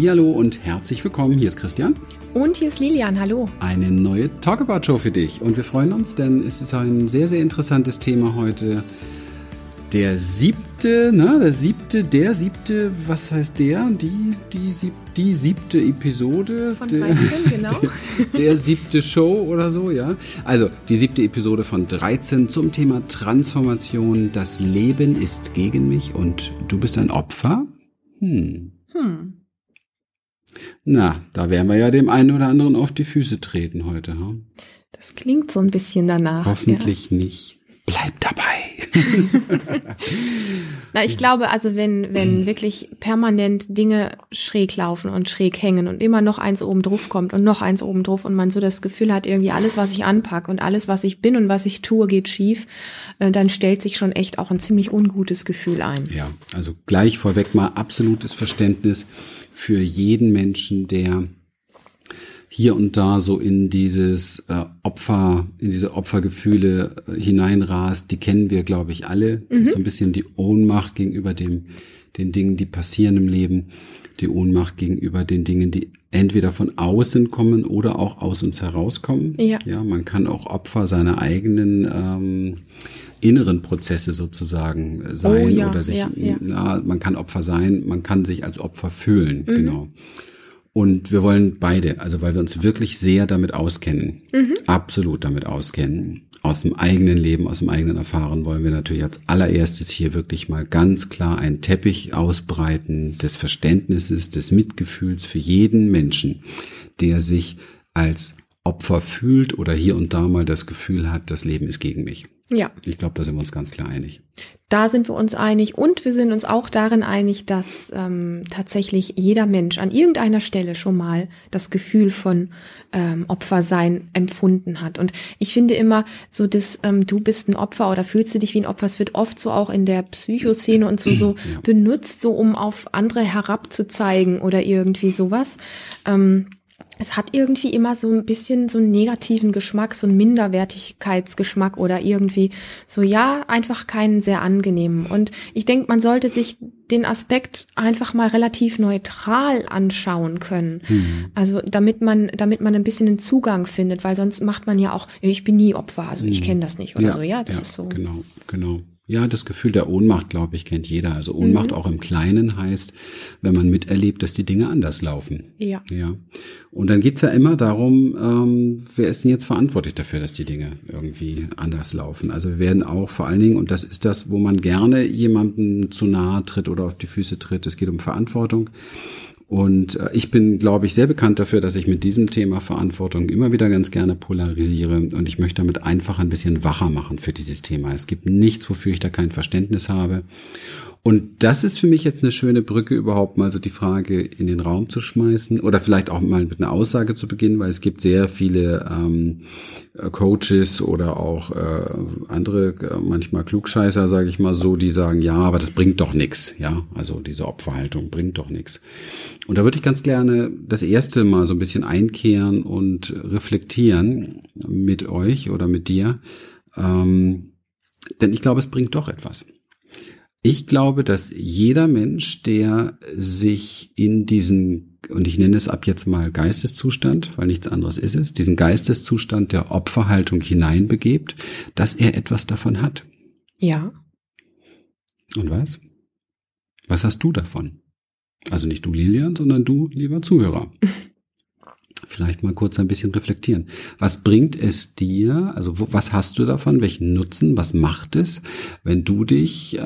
Hallihallo und herzlich willkommen. Hier ist Christian. Und hier ist Lilian. Hallo. Eine neue Talkabout-Show für dich. Und wir freuen uns, denn es ist ein sehr, sehr interessantes Thema heute. Der siebte, was heißt der? Die siebte Episode. Von 13, genau. Der siebte Show oder so, ja. Also die siebte Episode von 13 zum Thema Transformation. Das Leben ist gegen mich und du bist ein Opfer? Na, da werden wir ja dem einen oder anderen auf die Füße treten heute. Hm? Das klingt so ein bisschen danach. Hoffentlich nicht. Bleib dabei. Na, ich glaube, also wenn wirklich permanent Dinge schräg laufen und schräg hängen und immer noch eins oben drauf kommt und noch eins oben drauf und man so das Gefühl hat, irgendwie alles, was ich anpacke und alles, was ich bin und was ich tue, geht schief, dann stellt sich schon echt auch ein ziemlich ungutes Gefühl ein. Ja, also gleich vorweg mal absolutes Verständnis für jeden Menschen, der hier und da so in dieses in diese Opfergefühle hineinrast. Die kennen wir, glaube ich, alle. Das ist so ein bisschen die Ohnmacht gegenüber den Dingen, die passieren im Leben. Die Ohnmacht gegenüber den Dingen, die entweder von außen kommen oder auch aus uns herauskommen. Ja, man kann auch Opfer seiner eigenen inneren Prozesse sozusagen sein oder sich, man kann Opfer sein, man kann sich als Opfer fühlen, genau. Und wir wollen beide, also weil wir uns wirklich sehr damit auskennen, absolut damit auskennen, aus dem eigenen Leben, aus dem eigenen Erfahren, wollen wir natürlich als allererstes hier wirklich mal ganz klar einen Teppich ausbreiten des Verständnisses, des Mitgefühls für jeden Menschen, der sich als Opfer fühlt oder hier und da mal das Gefühl hat, das Leben ist gegen mich. Ja. Ich glaube, da sind wir uns ganz klar einig. Da sind wir uns einig und wir sind uns auch darin einig, dass tatsächlich jeder Mensch an irgendeiner Stelle schon mal das Gefühl von Opfersein empfunden hat. Und ich finde immer so, dass du bist ein Opfer oder fühlst du dich wie ein Opfer, es wird oft so auch in der Psychoszene und so benutzt, so um auf andere herabzuzeigen oder irgendwie sowas. Es hat irgendwie immer so ein bisschen so einen negativen Geschmack, so einen Minderwertigkeitsgeschmack oder irgendwie so, einfach keinen sehr angenehmen. Und ich denke, man sollte sich den Aspekt einfach mal relativ neutral anschauen können. Also damit man ein bisschen einen Zugang findet, weil sonst macht man ja auch, ich bin nie Opfer, also ich kenne das nicht oder so. Ja, das ist so. Genau. Ja, das Gefühl der Ohnmacht, glaube ich, kennt jeder. Also Ohnmacht auch im Kleinen heißt, wenn man miterlebt, dass die Dinge anders laufen. Ja. Und dann geht's ja immer darum, wer ist denn jetzt verantwortlich dafür, dass die Dinge irgendwie anders laufen? Also wir werden auch vor allen Dingen, und das ist das, wo man gerne jemandem zu nahe tritt oder auf die Füße tritt, es geht um Verantwortung. Und ich bin, glaube ich, sehr bekannt dafür, dass ich mit diesem Thema Verantwortung immer wieder ganz gerne polarisiere. Und ich möchte damit einfach ein bisschen wacher machen für dieses Thema. Es gibt nichts, wofür ich da kein Verständnis habe. Und das ist für mich jetzt eine schöne Brücke, überhaupt mal so die Frage in den Raum zu schmeißen oder vielleicht auch mal mit einer Aussage zu beginnen, weil es gibt sehr viele Coaches oder auch andere, manchmal Klugscheißer, sage ich mal so, die sagen, ja, aber das bringt doch nichts, ja, also diese Opferhaltung bringt doch nichts. Und da würde ich ganz gerne das erste Mal so ein bisschen einkehren und reflektieren mit euch oder mit dir, denn ich glaube, es bringt doch etwas. Ich glaube, dass jeder Mensch, der sich in diesen, und ich nenne es ab jetzt mal Geisteszustand, weil nichts anderes ist es, diesen Geisteszustand der Opferhaltung hineinbegebt, dass er etwas davon hat. Ja. Und was? Was hast du davon? Also nicht du, Lilian, sondern du, lieber Zuhörer. Vielleicht mal kurz ein bisschen reflektieren. Was bringt es dir, also was hast du davon, welchen Nutzen, was macht es, wenn du dich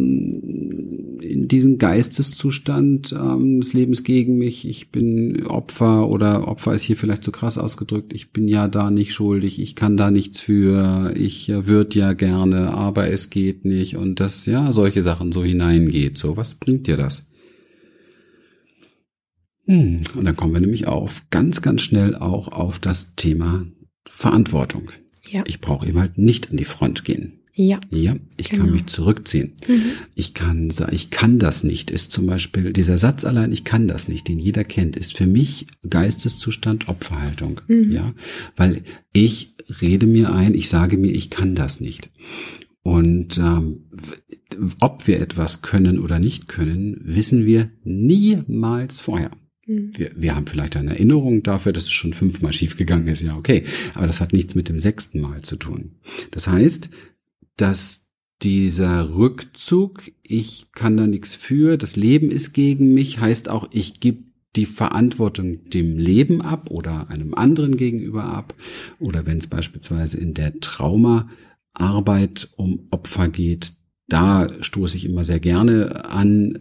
in diesen Geisteszustand des Lebens gegen mich, ich bin Opfer oder Opfer ist hier vielleicht zu krass ausgedrückt, ich bin ja da nicht schuldig, ich kann da nichts für, ich würde ja gerne, aber es geht nicht und das, solche Sachen so hineingeht. So, was bringt dir das? Und dann kommen wir nämlich ganz, ganz schnell auch auf das Thema Verantwortung. Ja. Ich brauche eben halt nicht an die Front gehen. Ja, ich kann mich zurückziehen. Ich kann das nicht, ist zum Beispiel, dieser Satz allein, ich kann das nicht, den jeder kennt, ist für mich Geisteszustand Opferhaltung. Ja, weil ich rede mir ein, ich sage mir, ich kann das nicht. Und ob wir etwas können oder nicht können, wissen wir niemals vorher. Wir haben vielleicht eine Erinnerung dafür, dass es schon 5-mal schiefgegangen ist, ja okay. Aber das hat nichts mit dem 6. Mal zu tun. Das heißt, dass dieser Rückzug, ich kann da nichts für, das Leben ist gegen mich, heißt auch, ich gebe die Verantwortung dem Leben ab oder einem anderen gegenüber ab. Oder wenn es beispielsweise in der Traumaarbeit um Opfer geht, da stoße ich immer sehr gerne an,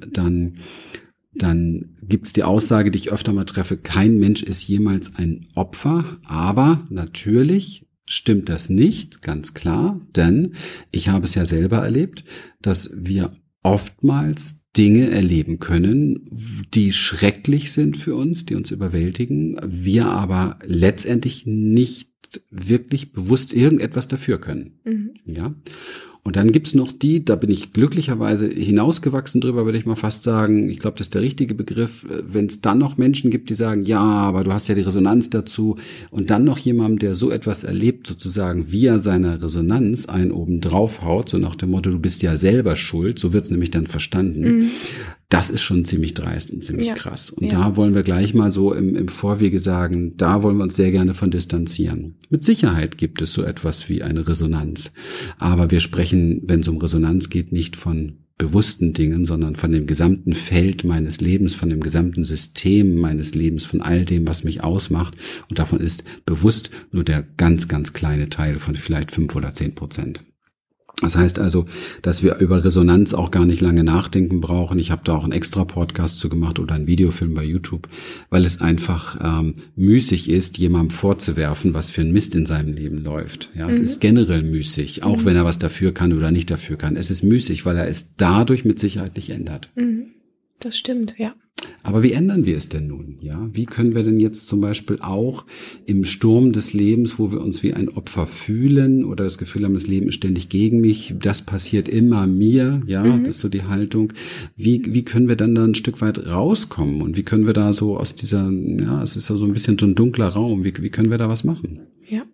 dann gibt's die Aussage, die ich öfter mal treffe, kein Mensch ist jemals ein Opfer, aber natürlich stimmt das nicht, ganz klar, denn ich habe es ja selber erlebt, dass wir oftmals Dinge erleben können, die schrecklich sind für uns, die uns überwältigen, wir aber letztendlich nicht wirklich bewusst irgendetwas dafür können. Ja. Und dann gibt's noch die, da bin ich glücklicherweise hinausgewachsen drüber, würde ich mal fast sagen. Ich glaube, das ist der richtige Begriff. Wenn es dann noch Menschen gibt, die sagen, ja, aber du hast ja die Resonanz dazu. Und dann noch jemand, der so etwas erlebt, sozusagen via seiner Resonanz einen oben drauf haut, so nach dem Motto, du bist ja selber schuld. So wird's nämlich dann verstanden. Das ist schon ziemlich dreist und ziemlich krass. Und da wollen wir gleich mal so im Vorwege sagen, da wollen wir uns sehr gerne von distanzieren. Mit Sicherheit gibt es so etwas wie eine Resonanz. Aber wir sprechen, wenn es um Resonanz geht, nicht von bewussten Dingen, sondern von dem gesamten Feld meines Lebens, von dem gesamten System meines Lebens, von all dem, was mich ausmacht. Und davon ist bewusst nur der ganz, ganz kleine Teil von vielleicht 5 oder 10%. Das heißt also, dass wir über Resonanz auch gar nicht lange nachdenken brauchen. Ich habe da auch einen extra Podcast zu gemacht oder einen Videofilm bei YouTube, weil es einfach müßig ist, jemandem vorzuwerfen, was für ein Mist in seinem Leben läuft. Ja, es ist generell müßig, auch wenn er was dafür kann oder nicht dafür kann. Es ist müßig, weil er es dadurch mit Sicherheit nicht ändert. Das stimmt, ja. Aber wie ändern wir es denn nun? Ja, wie können wir denn jetzt zum Beispiel auch im Sturm des Lebens, wo wir uns wie ein Opfer fühlen oder das Gefühl haben, das Leben ist ständig gegen mich, das passiert immer mir, ja, das ist so die Haltung. Wie können wir dann da ein Stück weit rauskommen und wie können wir da so aus dieser, ja, es ist ja so ein bisschen so ein dunkler Raum, wie können wir da was machen? Ja.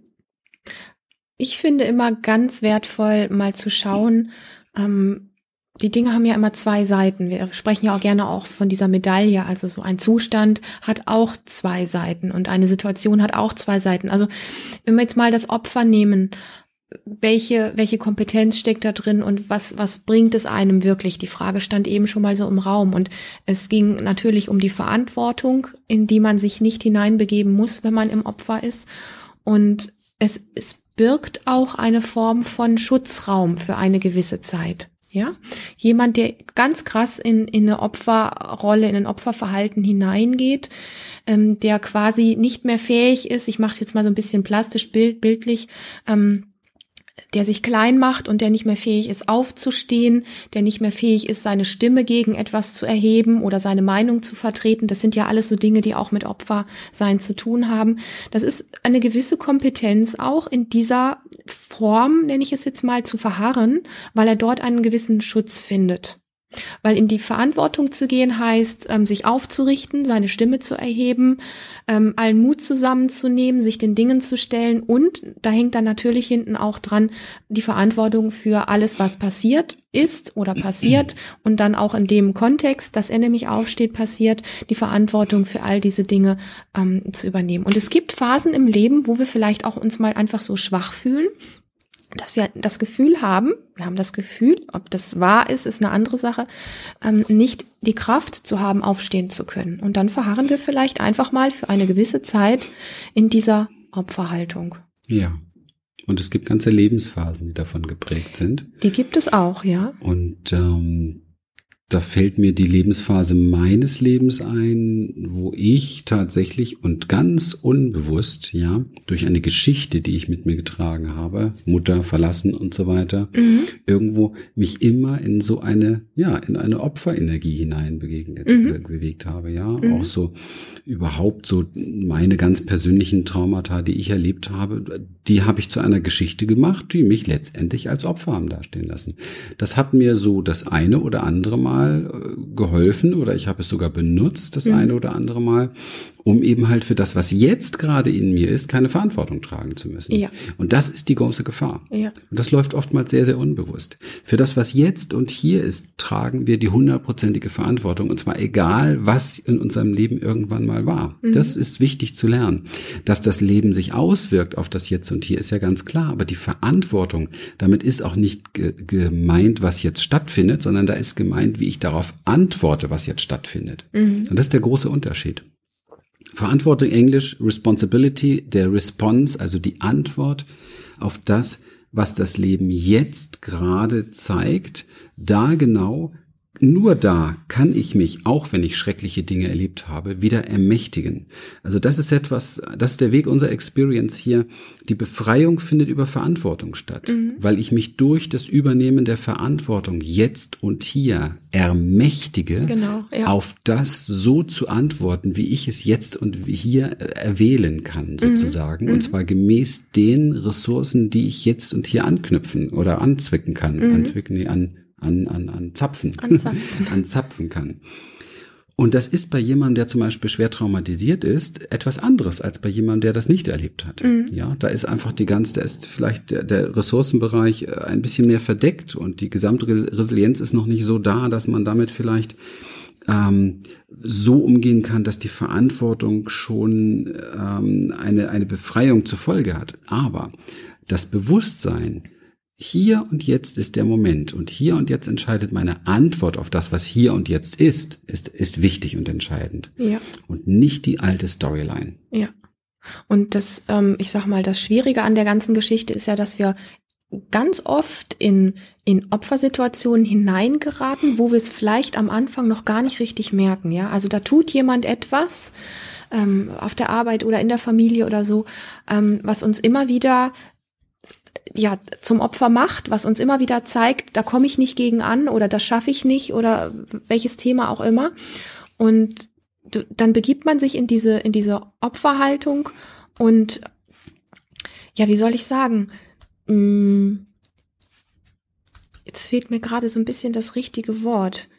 Ich finde immer ganz wertvoll, mal zu schauen, die Dinge haben ja immer 2 Seiten. Wir sprechen ja auch gerne auch von dieser Medaille. Also so ein Zustand hat auch 2 Seiten und eine Situation hat auch 2 Seiten. Also wenn wir jetzt mal das Opfer nehmen, welche Kompetenz steckt da drin und was bringt es einem wirklich? Die Frage stand eben schon mal so im Raum und es ging natürlich um die Verantwortung, in die man sich nicht hineinbegeben muss, wenn man im Opfer ist. Und es birgt auch eine Form von Schutzraum für eine gewisse Zeit. Ja, jemand, der ganz krass in eine Opferrolle, in ein Opferverhalten hineingeht, der quasi nicht mehr fähig ist, ich mache es jetzt mal so ein bisschen plastisch, bildlich, der sich klein macht und der nicht mehr fähig ist, aufzustehen, der nicht mehr fähig ist, seine Stimme gegen etwas zu erheben oder seine Meinung zu vertreten. Das sind ja alles so Dinge, die auch mit Opfersein zu tun haben. Das ist eine gewisse Kompetenz, auch in dieser Form, nenne ich es jetzt mal, zu verharren, weil er dort einen gewissen Schutz findet. Weil in die Verantwortung zu gehen heißt, sich aufzurichten, seine Stimme zu erheben, allen Mut zusammenzunehmen, sich den Dingen zu stellen und da hängt dann natürlich hinten auch dran die Verantwortung für alles, was passiert ist oder passiert und dann auch in dem Kontext, dass er nämlich aufsteht, passiert, die Verantwortung für all diese Dinge zu übernehmen. Und es gibt Phasen im Leben, wo wir vielleicht auch uns mal einfach so schwach fühlen, dass wir das Gefühl haben, ob das wahr ist, ist eine andere Sache, nicht die Kraft zu haben, aufstehen zu können. Und dann verharren wir vielleicht einfach mal für eine gewisse Zeit in dieser Opferhaltung. Ja. Und es gibt ganze Lebensphasen, die davon geprägt sind. Die gibt es auch, ja. Und da fällt mir die Lebensphase meines Lebens ein, wo ich tatsächlich und ganz unbewusst, ja, durch eine Geschichte, die ich mit mir getragen habe, Mutter verlassen und so weiter, irgendwo mich immer in so eine, ja, in eine Opferenergie hinein bewegt habe, ja, auch so überhaupt so meine ganz persönlichen Traumata, die ich erlebt habe, die habe ich zu einer Geschichte gemacht, die mich letztendlich als Opfer haben dastehen lassen. Das hat mir so das eine oder andere Mal geholfen oder ich habe es sogar benutzt, das eine oder andere Mal, um eben halt für das, was jetzt gerade in mir ist, keine Verantwortung tragen zu müssen. Ja. Und das ist die große Gefahr. Ja. Und das läuft oftmals sehr, sehr unbewusst. Für das, was jetzt und hier ist, tragen wir die 100%ige Verantwortung. Und zwar egal, was in unserem Leben irgendwann mal war. Das ist wichtig zu lernen. Dass das Leben sich auswirkt auf das Jetzt und Hier, ist ja ganz klar. Aber die Verantwortung, damit ist auch nicht gemeint, was jetzt stattfindet, sondern da ist gemeint, wie ich darauf antworte, was jetzt stattfindet. Und das ist der große Unterschied. Verantwortung, Englisch, Responsibility, der Response, also die Antwort auf das, was das Leben jetzt gerade zeigt, da genau, nur da kann ich mich, auch wenn ich schreckliche Dinge erlebt habe, wieder ermächtigen. Also das ist etwas, das ist der Weg unserer Experience hier. Die Befreiung findet über Verantwortung statt, weil ich mich durch das Übernehmen der Verantwortung jetzt und hier ermächtige, auf das so zu antworten, wie ich es jetzt und hier erwählen kann, sozusagen. Und zwar gemäß den Ressourcen, die ich jetzt und hier anknüpfen oder anzwicken kann. Anzapfen kann. Und das ist bei jemandem, der zum Beispiel schwer traumatisiert ist, etwas anderes als bei jemandem, der das nicht erlebt hat. Ja, da ist einfach da ist vielleicht der Ressourcenbereich ein bisschen mehr verdeckt und die gesamte Resilienz ist noch nicht so da, dass man damit vielleicht so umgehen kann, dass die Verantwortung schon eine Befreiung zur Folge hat. Aber das Bewusstsein, hier und jetzt ist der Moment und hier und jetzt entscheidet meine Antwort auf das, was hier und jetzt ist wichtig und entscheidend. Ja. Und nicht die alte Storyline. Ja. Und das, ich sag mal, das Schwierige an der ganzen Geschichte ist ja, dass wir ganz oft in Opfersituationen hineingeraten, wo wir es vielleicht am Anfang noch gar nicht richtig merken. Ja, also da tut jemand etwas auf der Arbeit oder in der Familie oder so, was uns immer wieder zum Opfer macht, was uns immer wieder zeigt, da komme ich nicht gegen an oder das schaffe ich nicht oder welches Thema auch immer. Und dann begibt man sich in diese Opferhaltung und wie soll ich sagen, jetzt fehlt mir gerade so ein bisschen das richtige Wort.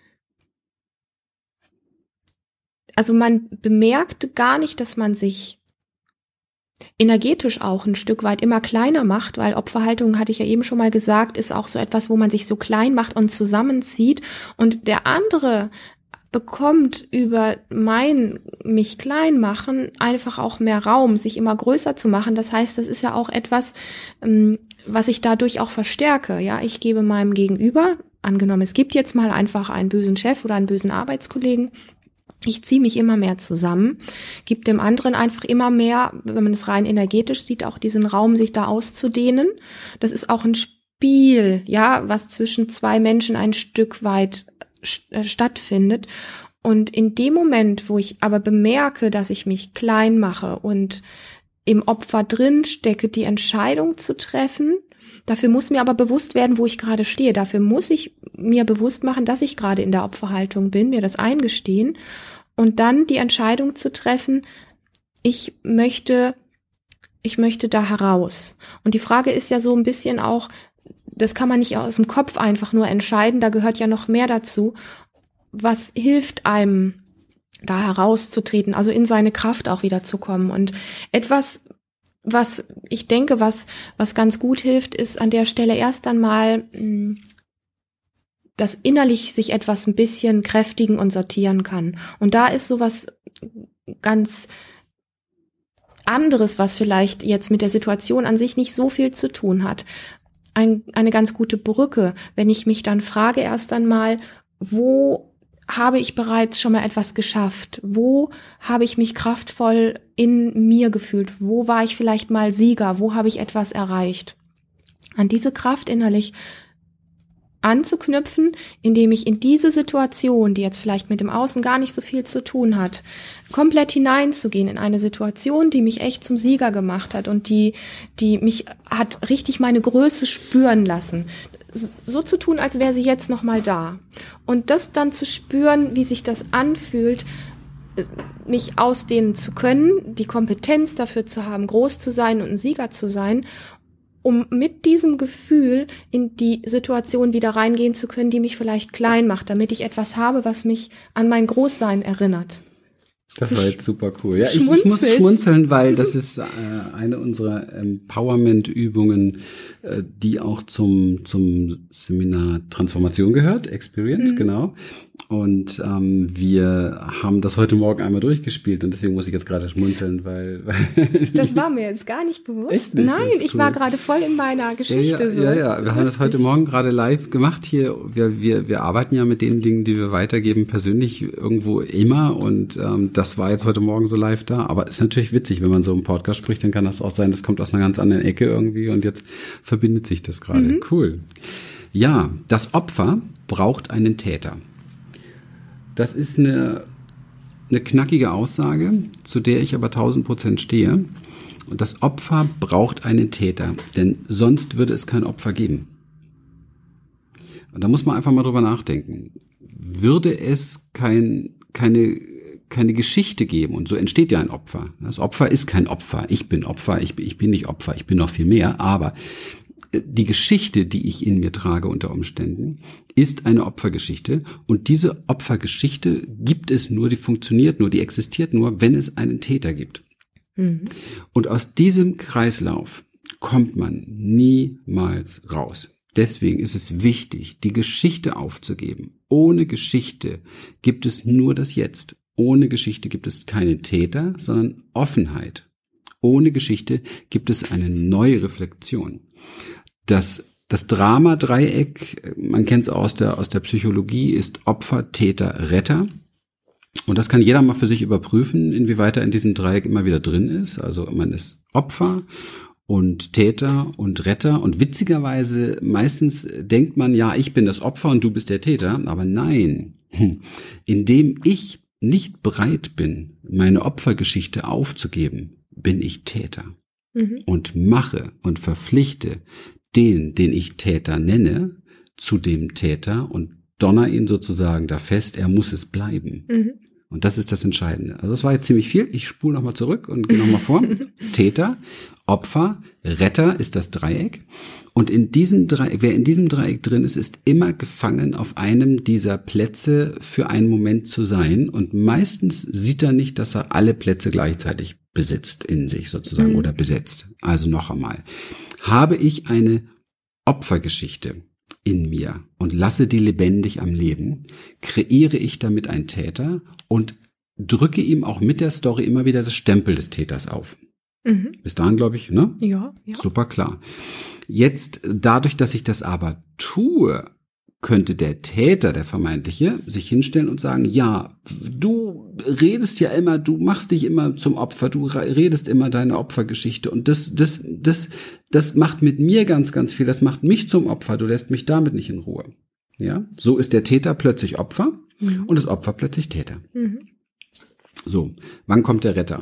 Also man bemerkt gar nicht, dass man sich energetisch auch ein Stück weit immer kleiner macht, weil Opferhaltung, hatte ich ja eben schon mal gesagt, ist auch so etwas, wo man sich so klein macht und zusammenzieht und der andere bekommt über mich klein machen einfach auch mehr Raum, sich immer größer zu machen. Das heißt, das ist ja auch etwas, was ich dadurch auch verstärke. Ja, ich gebe meinem Gegenüber, angenommen, es gibt jetzt mal einfach einen bösen Chef oder einen bösen Arbeitskollegen, ich ziehe mich immer mehr zusammen, gebe dem anderen einfach immer mehr, wenn man es rein energetisch sieht, auch diesen Raum, sich da auszudehnen. Das ist auch ein Spiel, was zwischen zwei Menschen ein Stück weit stattfindet. Und in dem Moment, wo ich aber bemerke, dass ich mich klein mache und im Opfer drin stecke, die Entscheidung zu treffen, dafür muss mir aber bewusst werden, wo ich gerade stehe. Dafür muss ich mir bewusst machen, dass ich gerade in der Opferhaltung bin, mir das eingestehen und dann die Entscheidung zu treffen, ich möchte da heraus. Und die Frage ist ja so ein bisschen auch, das kann man nicht aus dem Kopf einfach nur entscheiden, da gehört ja noch mehr dazu. Was hilft einem, da herauszutreten, also in seine Kraft auch wieder zu kommen? Und etwas, was ich denke, was ganz gut hilft, ist an der Stelle erst einmal, dass innerlich sich etwas ein bisschen kräftigen und sortieren kann. Und da ist sowas ganz anderes, was vielleicht jetzt mit der Situation an sich nicht so viel zu tun hat. Eine ganz gute Brücke, wenn ich mich dann frage erst einmal, wo habe ich bereits schon mal etwas geschafft? Wo habe ich mich kraftvoll in mir gefühlt? Wo war ich vielleicht mal Sieger? Wo habe ich etwas erreicht? An diese Kraft innerlich anzuknüpfen, indem ich in diese Situation, die jetzt vielleicht mit dem Außen gar nicht so viel zu tun hat, komplett hineinzugehen in eine Situation, die mich echt zum Sieger gemacht hat und die mich hat richtig meine Größe spüren lassen. So zu tun, als wäre sie jetzt noch mal da. Und das dann zu spüren, wie sich das anfühlt, mich ausdehnen zu können, die Kompetenz dafür zu haben, groß zu sein und ein Sieger zu sein, um mit diesem Gefühl in die Situation wieder reingehen zu können, die mich vielleicht klein macht, damit ich etwas habe, was mich an mein Großsein erinnert. Das war jetzt super cool. Ja, ich muss schmunzeln, weil das ist eine unserer Empowerment-Übungen, die auch zum Seminar Transformation gehört, Experience, genau. Und wir haben das heute Morgen einmal durchgespielt und deswegen muss ich jetzt gerade schmunzeln, weil das war mir jetzt gar nicht bewusst. Echt nicht? Nein, ich war gerade voll in meiner Geschichte. Ja, wir haben das heute Morgen gerade live gemacht hier. Wir arbeiten ja mit den Dingen, die wir weitergeben, persönlich irgendwo immer und das war jetzt heute Morgen so live da. Aber ist natürlich witzig, wenn man so im Podcast spricht, dann kann das auch sein, das kommt aus einer ganz anderen Ecke irgendwie und jetzt verbindet sich das gerade. Cool. Ja, das Opfer braucht einen Täter. Das ist eine knackige Aussage, zu der ich aber 1000% stehe. Und das Opfer braucht einen Täter, denn sonst würde es kein Opfer geben. Und da muss man einfach mal drüber nachdenken. Würde es keine Geschichte geben, und so entsteht ja ein Opfer. Das Opfer ist kein Opfer. Ich bin Opfer, ich bin nicht Opfer, ich bin noch viel mehr, aber die Geschichte, die ich in mir trage unter Umständen, ist eine Opfergeschichte. Und diese Opfergeschichte gibt es nur, die funktioniert nur, die existiert nur, wenn es einen Täter gibt. Und aus diesem Kreislauf kommt man niemals raus. Deswegen ist es wichtig, die Geschichte aufzugeben. Ohne Geschichte gibt es nur das Jetzt. Ohne Geschichte gibt es keine Täter, sondern Offenheit. Ohne Geschichte gibt es eine neue Reflexion. Das Drama-Dreieck, man kennt es aus der Psychologie, ist Opfer, Täter, Retter. Und das kann jeder mal für sich überprüfen, inwieweit er in diesem Dreieck immer wieder drin ist. Also man ist Opfer und Täter und Retter. Und witzigerweise, meistens denkt man, ja, ich bin das Opfer und du bist der Täter. Aber nein, indem ich nicht bereit bin, meine Opfergeschichte aufzugeben, bin ich Täter. Und mache und verpflichte den ich Täter nenne, zu dem Täter und donner ihn sozusagen da fest, er muss es bleiben. Und das ist das Entscheidende. Also das war jetzt ziemlich viel. Ich spule nochmal zurück und gehe nochmal vor. Täter, Opfer, Retter ist das Dreieck. Und wer in diesem Dreieck drin ist, ist immer gefangen auf einem dieser Plätze für einen Moment zu sein. Und meistens sieht er nicht, dass er alle Plätze gleichzeitig besitzt in sich sozusagen oder besetzt. Also noch einmal. Habe ich eine Opfergeschichte in mir und lasse die lebendig am Leben, kreiere ich damit einen Täter und drücke ihm auch mit der Story immer wieder das Stempel des Täters auf. Bis dahin, glaube ich, ne? Ja. Super klar. Jetzt, dadurch, dass ich das aber tue, könnte der Täter, der vermeintliche, sich hinstellen und sagen, ja, du redest ja immer, du machst dich immer zum Opfer, du redest immer deine Opfergeschichte und das macht mit mir ganz, ganz viel, das macht mich zum Opfer, du lässt mich damit nicht in Ruhe. Ja, so ist der Täter plötzlich Opfer und das Opfer plötzlich Täter. So, wann kommt der Retter?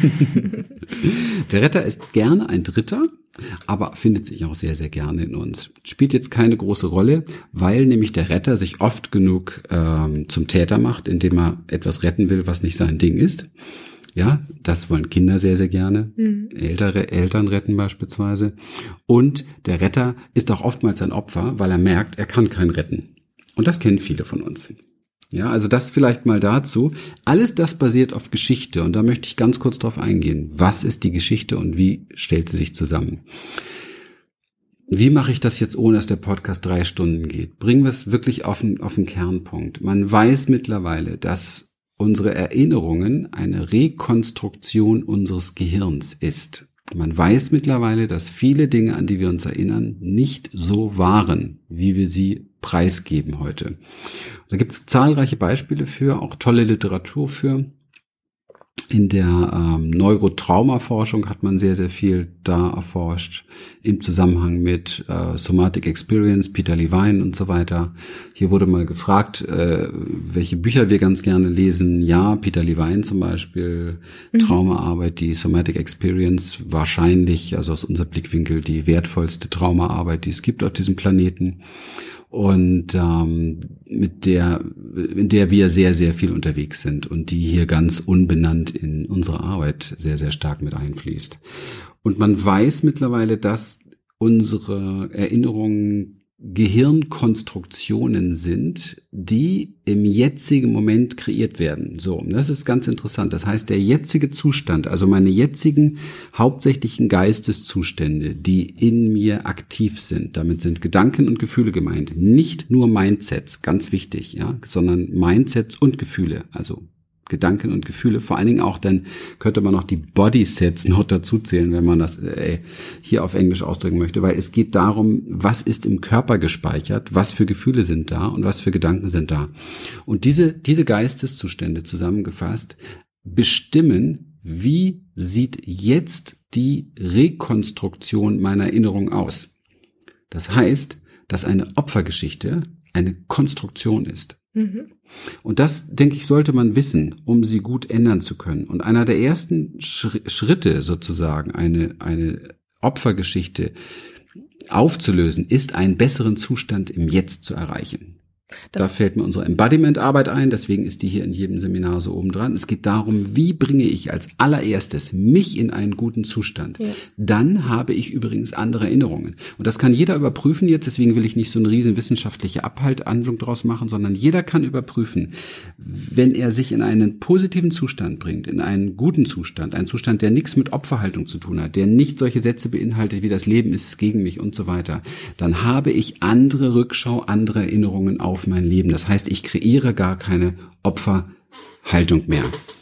Der Retter ist gerne ein Dritter, aber findet sich auch sehr, sehr gerne in uns. Spielt jetzt keine große Rolle, weil nämlich der Retter sich oft genug zum Täter macht, indem er etwas retten will, was nicht sein Ding ist. Ja, das wollen Kinder sehr, sehr gerne. Ältere Eltern retten beispielsweise. Und der Retter ist auch oftmals ein Opfer, weil er merkt, er kann keinen retten. Und das kennen viele von uns. Ja, also das vielleicht mal dazu. Alles das basiert auf Geschichte und da möchte ich ganz kurz drauf eingehen. Was ist die Geschichte und wie stellt sie sich zusammen? Wie mache ich das jetzt, ohne dass der Podcast 3 Stunden geht? Bringen wir es wirklich auf den Kernpunkt. Man weiß mittlerweile, dass unsere Erinnerungen eine Rekonstruktion unseres Gehirns ist. Man weiß mittlerweile, dass viele Dinge, an die wir uns erinnern, nicht so waren, wie wir sie preisgeben heute. Da gibt es zahlreiche Beispiele für, auch tolle Literatur für. In der Neurotraumaforschung hat man sehr, sehr viel da erforscht, im Zusammenhang mit Somatic Experience, Peter Levine und so weiter. Hier wurde mal gefragt, welche Bücher wir ganz gerne lesen. Ja, Peter Levine zum Beispiel, Traumaarbeit, die Somatic Experience, wahrscheinlich, also aus unserem Blickwinkel, die wertvollste Traumaarbeit, die es gibt auf diesem Planeten. Und in der wir sehr, sehr viel unterwegs sind und die hier ganz unbenannt in unsere Arbeit sehr, sehr stark mit einfließt. Und man weiß mittlerweile, dass unsere Erinnerungen Gehirnkonstruktionen sind, die im jetzigen Moment kreiert werden. So, und das ist ganz interessant. Das heißt, der jetzige Zustand, also meine jetzigen hauptsächlichen Geisteszustände, die in mir aktiv sind, damit sind Gedanken und Gefühle gemeint. Nicht nur Mindsets, ganz wichtig, ja, sondern Mindsets und Gefühle, also Gedanken und Gefühle, vor allen Dingen auch, dann könnte man noch die Bodysets noch dazu zählen, wenn man das hier auf Englisch ausdrücken möchte, weil es geht darum, was ist im Körper gespeichert, was für Gefühle sind da und was für Gedanken sind da. Und diese Geisteszustände zusammengefasst bestimmen, wie sieht jetzt die Rekonstruktion meiner Erinnerung aus. Das heißt, dass eine Opfergeschichte eine Konstruktion ist. Und das, denke ich, sollte man wissen, um sie gut ändern zu können. Und einer der ersten Schritte sozusagen, eine Opfergeschichte aufzulösen, ist, einen besseren Zustand im Jetzt zu erreichen. Da fällt mir unsere Embodiment-Arbeit ein, deswegen ist die hier in jedem Seminar so oben dran. Es geht darum, wie bringe ich als allererstes mich in einen guten Zustand. Ja. Dann habe ich übrigens andere Erinnerungen. Und das kann jeder überprüfen jetzt, deswegen will ich nicht so eine riesen wissenschaftliche Abhandlung draus machen, sondern jeder kann überprüfen, wenn er sich in einen positiven Zustand bringt, in einen guten Zustand, einen Zustand, der nichts mit Opferhaltung zu tun hat, der nicht solche Sätze beinhaltet, wie das Leben ist gegen mich und so weiter, dann habe ich andere Rückschau, andere Erinnerungen auf mein Leben. Das heißt, ich kreiere gar keine Opferhaltung mehr.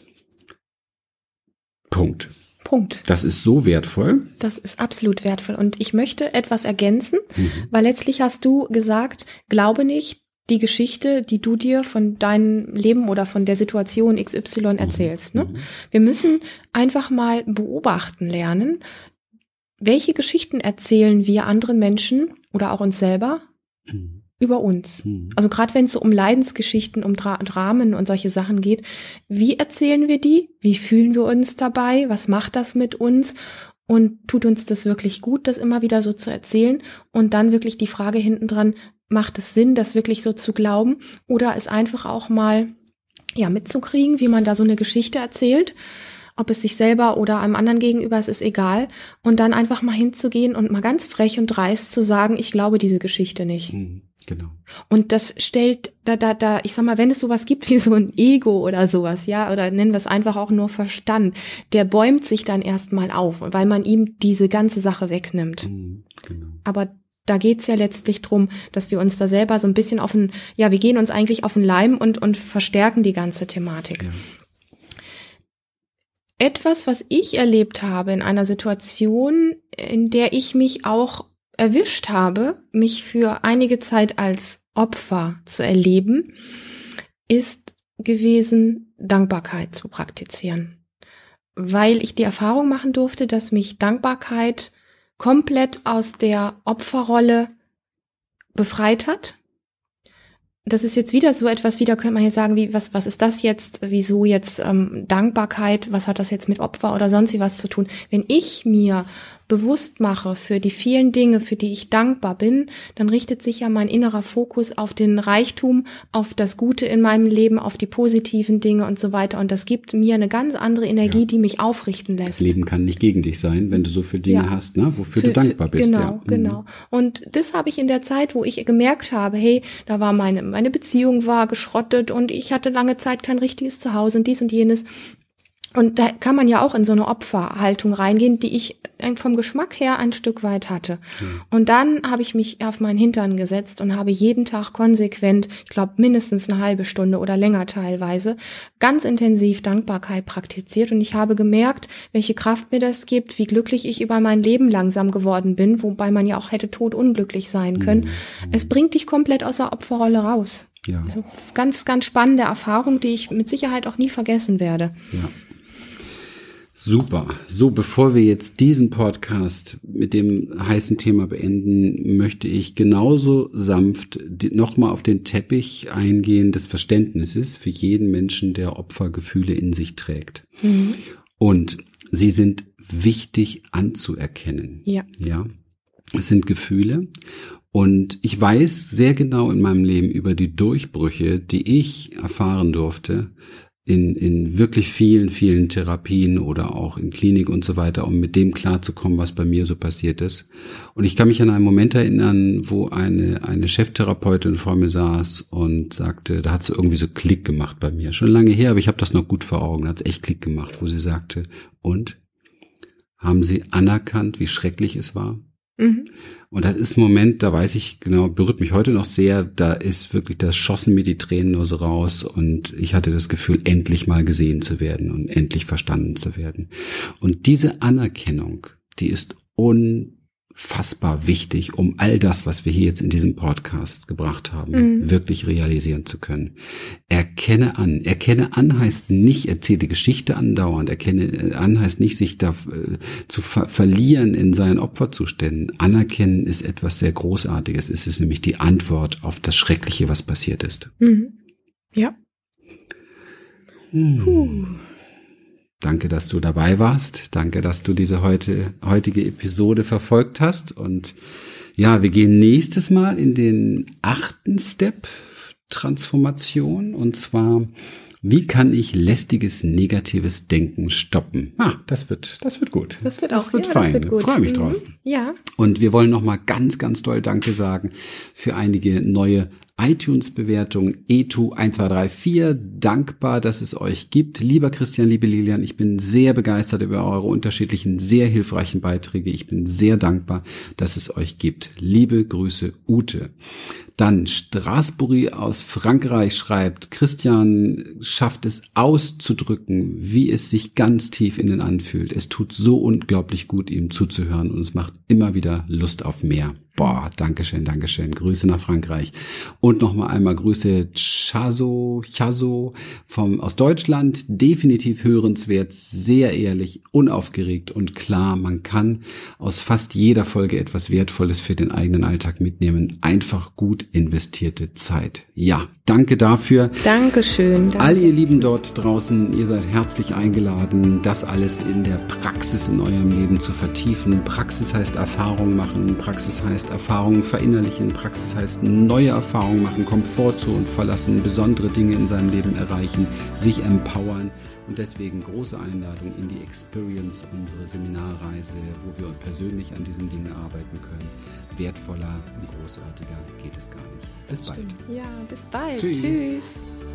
Punkt. Das ist so wertvoll. Das ist absolut wertvoll. Und ich möchte etwas ergänzen, weil letztlich hast du gesagt, glaube nicht die Geschichte, die du dir von deinem Leben oder von der Situation XY erzählst. Ne? Wir müssen einfach mal beobachten lernen, welche Geschichten erzählen wir anderen Menschen oder auch uns selber über uns. Also gerade wenn es so um Leidensgeschichten, um Dramen und solche Sachen geht, wie erzählen wir die? Wie fühlen wir uns dabei? Was macht das mit uns? Und tut uns das wirklich gut, das immer wieder so zu erzählen? Und dann wirklich die Frage hinten dran, macht es Sinn, das wirklich so zu glauben? Oder es einfach auch mal mitzukriegen, wie man da so eine Geschichte erzählt? Ob es sich selber oder einem anderen gegenüber ist, ist egal. Und dann einfach mal hinzugehen und mal ganz frech und dreist zu sagen, ich glaube diese Geschichte nicht. Genau. Und das stellt ich sag mal, wenn es sowas gibt wie so ein Ego oder sowas, ja, oder nennen wir es einfach auch nur Verstand, der bäumt sich dann erstmal auf, weil man ihm diese ganze Sache wegnimmt. Genau. Aber da geht's ja letztlich drum, dass wir uns da selber so ein bisschen wir gehen uns eigentlich auf den Leim und verstärken die ganze Thematik. Ja. Etwas, was ich erlebt habe in einer Situation, in der ich mich auch erwischt habe, mich für einige Zeit als Opfer zu erleben, ist gewesen, Dankbarkeit zu praktizieren. Weil ich die Erfahrung machen durfte, dass mich Dankbarkeit komplett aus der Opferrolle befreit hat. Das ist jetzt wieder so etwas, wieder könnte man hier sagen, was ist das jetzt, wieso jetzt Dankbarkeit, was hat das jetzt mit Opfer oder sonst wie was zu tun? Wenn ich mir bewusst mache für die vielen Dinge, für die ich dankbar bin, dann richtet sich ja mein innerer Fokus auf den Reichtum, auf das Gute in meinem Leben, auf die positiven Dinge und so weiter. Und das gibt mir eine ganz andere Energie, die mich aufrichten lässt. Das Leben kann nicht gegen dich sein, wenn du so viele Dinge hast, ne, wofür du dankbar bist. Genau. Und das habe ich in der Zeit, wo ich gemerkt habe, hey, da war meine Beziehung war geschrottet und ich hatte lange Zeit kein richtiges Zuhause und dies und jenes. Und da kann man ja auch in so eine Opferhaltung reingehen, die ich vom Geschmack her ein Stück weit hatte. Und dann habe ich mich auf meinen Hintern gesetzt und habe jeden Tag konsequent, ich glaube mindestens eine halbe Stunde oder länger teilweise, ganz intensiv Dankbarkeit praktiziert. Und ich habe gemerkt, welche Kraft mir das gibt, wie glücklich ich über mein Leben langsam geworden bin, wobei man ja auch hätte todunglücklich sein können. Es bringt dich komplett aus der Opferrolle raus. Ja. Also ganz, ganz spannende Erfahrung, die ich mit Sicherheit auch nie vergessen werde. Ja. Super. So, bevor wir jetzt diesen Podcast mit dem heißen Thema beenden, möchte ich genauso sanft nochmal auf den Teppich eingehen des Verständnisses für jeden Menschen, der Opfergefühle in sich trägt. Und sie sind wichtig anzuerkennen. Ja. Es sind Gefühle. Und ich weiß sehr genau in meinem Leben über die Durchbrüche, die ich erfahren durfte, in wirklich vielen, vielen Therapien oder auch in Klinik und so weiter, um mit dem klarzukommen, was bei mir so passiert ist. Und ich kann mich an einen Moment erinnern, wo eine Cheftherapeutin vor mir saß und sagte, da hat sie irgendwie so Klick gemacht bei mir. Schon lange her, aber ich habe das noch gut vor Augen. Da hat es echt Klick gemacht, wo sie sagte, und? Haben Sie anerkannt, wie schrecklich es war? Mhm. Und das ist ein Moment, da weiß ich genau, berührt mich heute noch sehr, da ist wirklich, da schossen mir die Tränen nur so raus und ich hatte das Gefühl, endlich mal gesehen zu werden und endlich verstanden zu werden. Und diese Anerkennung, die ist unfassbar wichtig, um all das, was wir hier jetzt in diesem Podcast gebracht haben, wirklich realisieren zu können. Erkenne an. Erkenne an heißt nicht, erzähle die Geschichte andauernd. Erkenne an heißt nicht, sich da zu verlieren in seinen Opferzuständen. Anerkennen ist etwas sehr Großartiges. Es ist nämlich die Antwort auf das Schreckliche, was passiert ist. Mhm. Ja. Danke, dass du dabei warst. Danke, dass du diese heutige Episode verfolgt hast. Und ja, wir gehen nächstes Mal in den 8. Step Transformation. Und zwar, wie kann ich lästiges, negatives Denken stoppen? Das wird gut. Das wird fein. Das wird gut. Freue mich drauf. Ja. Und wir wollen nochmal ganz, ganz doll Danke sagen für einige neue iTunes-Bewertung ETU1234, dankbar, dass es euch gibt. Lieber Christian, liebe Lilian, ich bin sehr begeistert über eure unterschiedlichen, sehr hilfreichen Beiträge. Ich bin sehr dankbar, dass es euch gibt. Liebe Grüße, Ute. Dann Strasbourg aus Frankreich schreibt, Christian schafft es auszudrücken, wie es sich ganz tief innen anfühlt. Es tut so unglaublich gut, ihm zuzuhören und es macht immer wieder Lust auf mehr. Dankeschön. Grüße nach Frankreich. Und nochmal einmal Grüße Chaso aus Deutschland. Definitiv hörenswert, sehr ehrlich, unaufgeregt und klar. Man kann aus fast jeder Folge etwas Wertvolles für den eigenen Alltag mitnehmen. Einfach gut investierte Zeit. Ja, danke dafür. Dankeschön. Danke. All ihr Lieben dort draußen, ihr seid herzlich eingeladen, das alles in der Praxis in eurem Leben zu vertiefen. Praxis heißt Erfahrung machen, Praxis heißt Erfahrungen verinnerlichen, Praxis heißt neue Erfahrungen machen, Komfortzone verlassen, besondere Dinge in seinem Leben erreichen, sich empowern. Und deswegen große Einladung in die Experience, unsere Seminarreise, wo wir persönlich an diesen Dingen arbeiten können. Wertvoller und großartiger geht es gar nicht. Bis bald. Ja, bis bald. Tschüss. Tschüss.